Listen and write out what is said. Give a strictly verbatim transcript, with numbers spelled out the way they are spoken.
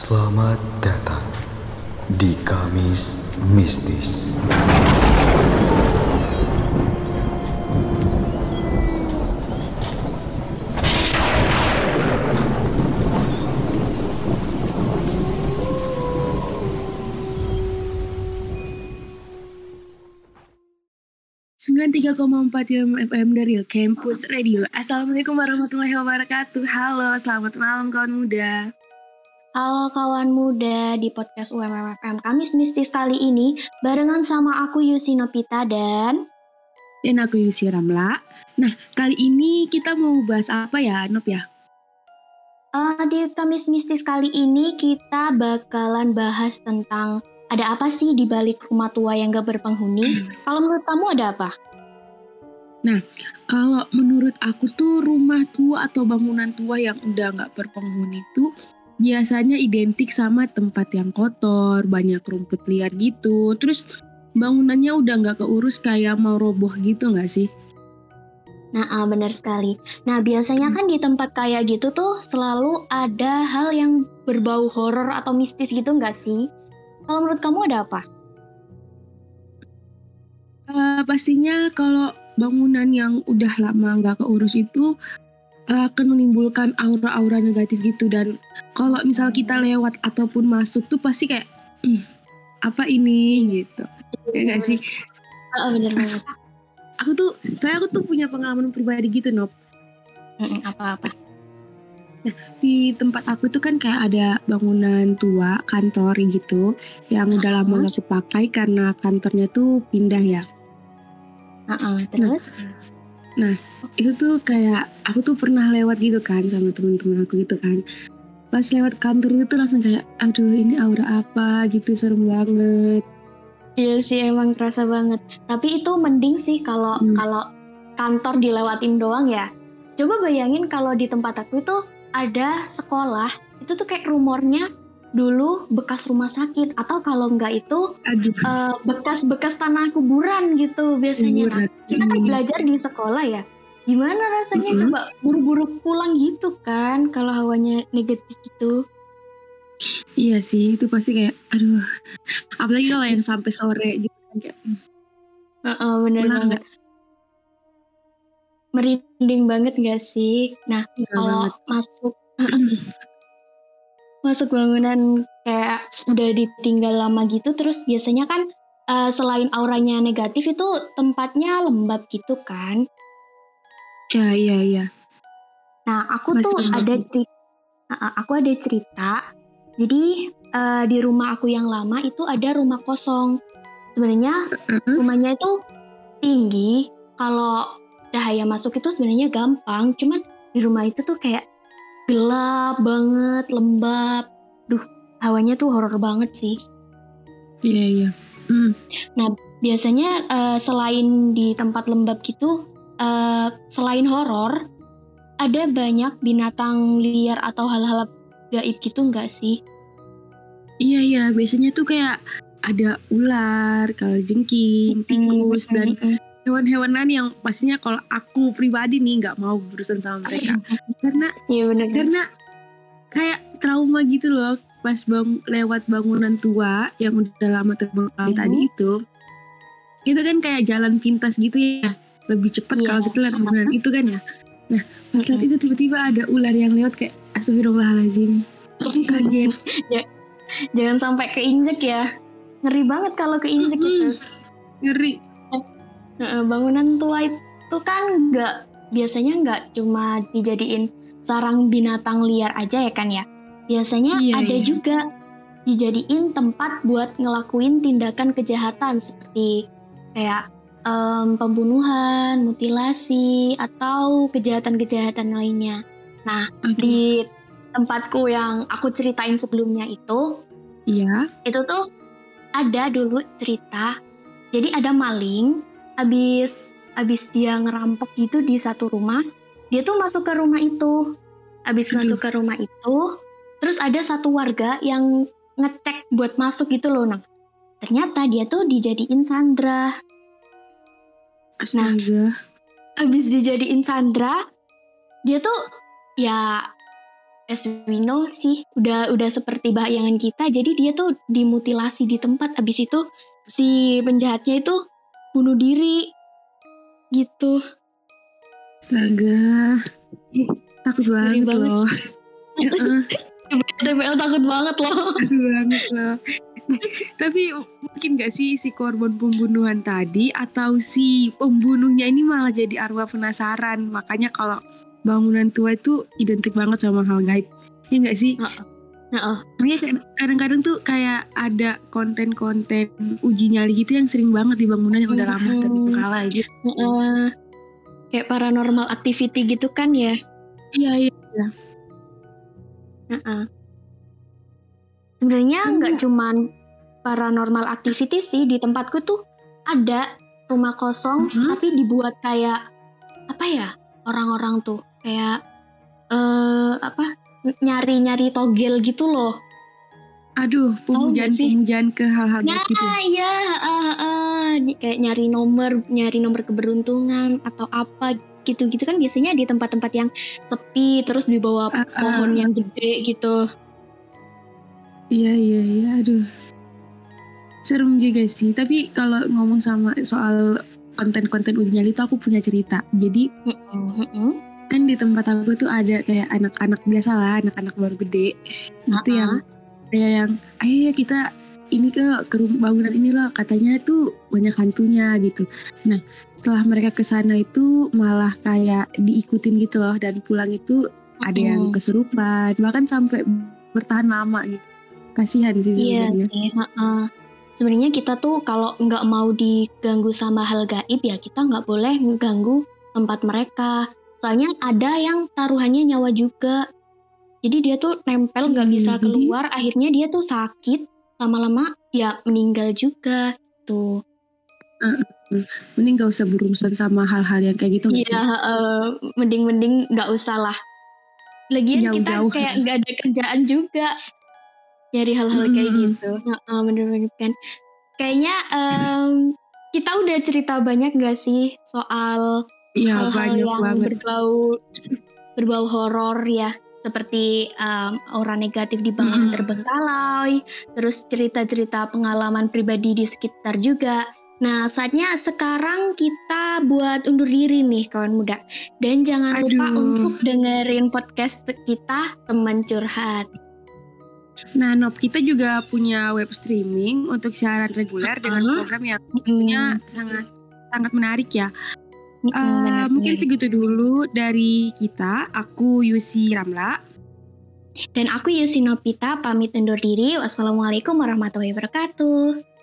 Selamat datang di Kamis Mistis. sembilan puluh tiga koma empat F M dari Campus Radio. Assalamualaikum warahmatullahi wabarakatuh. Halo, selamat malam kawan muda. Halo kawan muda, di podcast U M M F M Kamis Mistis kali ini barengan sama aku Yusi Nopita dan Dan aku Yusi Ramla. Nah, kali ini kita mau bahas apa ya, Nop ya? uh, di Kamis Mistis kali ini kita bakalan bahas tentang ada apa sih di balik rumah tua yang gak berpenghuni. Kalau menurut kamu ada apa? Nah, kalau menurut aku tuh rumah tua atau bangunan tua yang udah gak berpenghuni tuh biasanya identik sama tempat yang kotor, banyak rumput liar gitu. Terus bangunannya udah gak keurus kayak mau roboh gitu gak sih? Nah, uh, benar sekali. Nah, biasanya kan di tempat kayak gitu tuh selalu ada hal yang berbau horor atau mistis gitu gak sih? Kalau menurut kamu ada apa? Uh, pastinya kalau bangunan yang udah lama gak keurus itu akan menimbulkan aura-aura negatif gitu. Dan kalau misal kita lewat ataupun masuk tuh pasti kayak hm, apa ini gitu ya nggak sih? Oh, bener banget. Aku tuh saya aku tuh punya pengalaman pribadi gitu, Nop. Apa-apa? Nah, di tempat aku tuh kan kayak ada bangunan tua kantor gitu yang udah uh-huh. lama gak kepakai karena kantornya tuh pindah ya. Uh-uh, terus? Nah, Nah, itu tuh kayak aku tuh pernah lewat gitu kan sama teman-teman aku gitu kan. Pas lewat kantor itu langsung kayak, aduh ini aura apa gitu, serem banget. Iya sih, emang terasa banget. Tapi itu mending sih kalau hmm. kalau kantor dilewatin doang ya. Coba bayangin kalau di tempat aku itu ada sekolah, itu tuh kayak rumornya dulu bekas rumah sakit atau kalau enggak itu uh, bekas-bekas tanah kuburan gitu biasanya. Nah, kita kan belajar di sekolah ya. Gimana rasanya mm-hmm. coba buru-buru pulang gitu kan kalau hawanya negatif gitu. Iya sih, itu pasti kayak aduh. Apalagi kalau yang sampai sore gitu kan kayak. Uh-uh, bener banget. Gak? Merinding banget gak sih? Nah, ya, kalau banget. masuk masuk bangunan kayak udah ditinggal lama gitu, terus biasanya kan uh, selain auranya negatif itu tempatnya lembab gitu kan? Ya, iya, iya. Nah, aku Masih tuh ada cerita, uh, aku ada cerita. Jadi uh, di rumah aku yang lama itu ada rumah kosong. Sebenarnya uh-huh. rumahnya itu tinggi. Kalau cahaya masuk itu sebenarnya gampang. Cuman di rumah itu tuh kayak gelap banget, lembab. Duh, hawanya tuh horor banget sih. Iya, iya. Mm. Nah, biasanya uh, selain di tempat lembab gitu, uh, selain horor, ada banyak binatang liar atau hal-hal gaib gitu nggak sih? Iya, iya. Biasanya tuh kayak ada ular, kalajengking, tikus, mm-hmm. dan hewan-hewanan yang pastinya kalau aku pribadi nih nggak mau berurusan sama mereka karena ya bener. karena kayak trauma gitu loh pas bang lewat bangunan tua yang udah lama terbengkalai mm-hmm. tadi itu itu kan kayak jalan pintas gitu ya, lebih cepat yeah. kalau gitu lewat bangunan itu kan ya. Nah pas mm-hmm. itu tiba-tiba ada ular yang lewat kayak astagfirullahaladzim, kaget. ya, jangan sampai keinjek ya, ngeri banget kalau keinjek mm-hmm. gitu. Ngeri. Bangunan tua itu kan nggak biasanya nggak cuma dijadiin sarang binatang liar aja ya kan ya. Biasanya iya, ada iya. juga dijadiin tempat buat ngelakuin tindakan kejahatan seperti kayak um, pembunuhan, mutilasi atau kejahatan-kejahatan lainnya. Nah okay. di tempatku yang aku ceritain sebelumnya itu, iya. itu tuh ada dulu cerita. Jadi ada maling. Abis, abis dia ngerampok gitu di satu rumah, dia tuh masuk ke rumah itu. Abis Aduh. masuk ke rumah itu, terus ada satu warga yang ngecek buat masuk gitu loh. Nah, ternyata dia tuh dijadiin sandra. Astaga. Nah, abis dijadiin sandra, dia tuh ya as we know sih udah udah seperti bayangan kita, jadi dia tuh dimutilasi di tempat, abis itu si penjahatnya itu bunuh diri gitu. Astaga, takut banget, banget loh. T B L takut banget loh. Takut banget loh. Tapi mungkin gak sih si korban pembunuhan tadi atau si pembunuhnya ini malah jadi arwah penasaran, makanya kalau bangunan tua itu identik banget sama hal gaib, ya gak sih? Uh-uh. Makanya kadang-kadang tuh kayak ada konten-konten uji nyali gitu yang sering banget di bangunan yang udah lama Mm-mm. terbengkalai gitu. Uh-uh. Kayak paranormal activity gitu kan ya? Iya iya. Uh-uh. Sebenarnya nggak cuman paranormal activity sih, di tempatku tuh ada rumah kosong Mm-hmm. tapi dibuat kayak apa ya, orang-orang tuh kayak eh apa nyari-nyari togel gitu loh. Aduh, pemujaan-pemujaan ke hal-hal nah, gitu. Nah iya, uh, uh, kayak nyari nomor, nyari nomor keberuntungan atau apa gitu-gitu kan biasanya di tempat-tempat yang sepi, terus di bawah uh, uh. pohon yang gede gitu. Iya iya iya, aduh. Serem juga sih. Tapi kalau ngomong sama soal konten-konten uji nyali itu aku punya cerita. Jadi uh-uh. kan di tempat aku tuh ada kayak anak-anak biasa lah, anak-anak baru gede. Uh-uh. Itu yang kayak yang, ayo ya kita ini ke ke bangunan ini loh, katanya tuh banyak hantunya gitu. Nah setelah mereka kesana itu malah kayak diikutin gitu loh, dan pulang itu uh-uh. ada yang kesurupan, bahkan sampai bertahan lama gitu. Kasihan sih sebenarnya. Iya sih, uh-uh. Sebenarnya kita tuh kalau nggak mau diganggu sama hal gaib ya kita nggak boleh mengganggu tempat mereka. Soalnya ada yang taruhannya nyawa juga. Jadi dia tuh nempel nggak hmm, bisa keluar, jadi akhirnya dia tuh sakit, lama-lama ya meninggal juga tuh. Uh, uh, mending nggak usah berurusan sama hal-hal yang kayak gitu nggak sih? Iya, uh, mending-mending nggak usah lah. Lagian jauh-jauh kita kayak nggak ada kerjaan juga. Nyari hal-hal mm-hmm. kayak gitu, uh, bener-bener kan. Kayaknya um, kita udah cerita banyak gak sih soal ya, hal-hal yang banget. berbau berbau horor ya, seperti um, aura negatif di bangunan mm-hmm. terbengkalai, terus cerita-cerita pengalaman pribadi di sekitar juga. Nah saatnya sekarang kita buat undur diri nih kawan muda, dan jangan Aduh. lupa untuk dengerin podcast kita Teman Curhat. Nah, Nop, kita juga punya web streaming untuk siaran reguler uh-huh. dengan program yang tentunya mm. sangat sangat menarik ya. Mm, uh, benar, mungkin benar. Segitu dulu dari kita. Aku Yusi Ramla. Dan aku Yusi Nopita, pamit undur diri. Wassalamualaikum warahmatullahi wabarakatuh.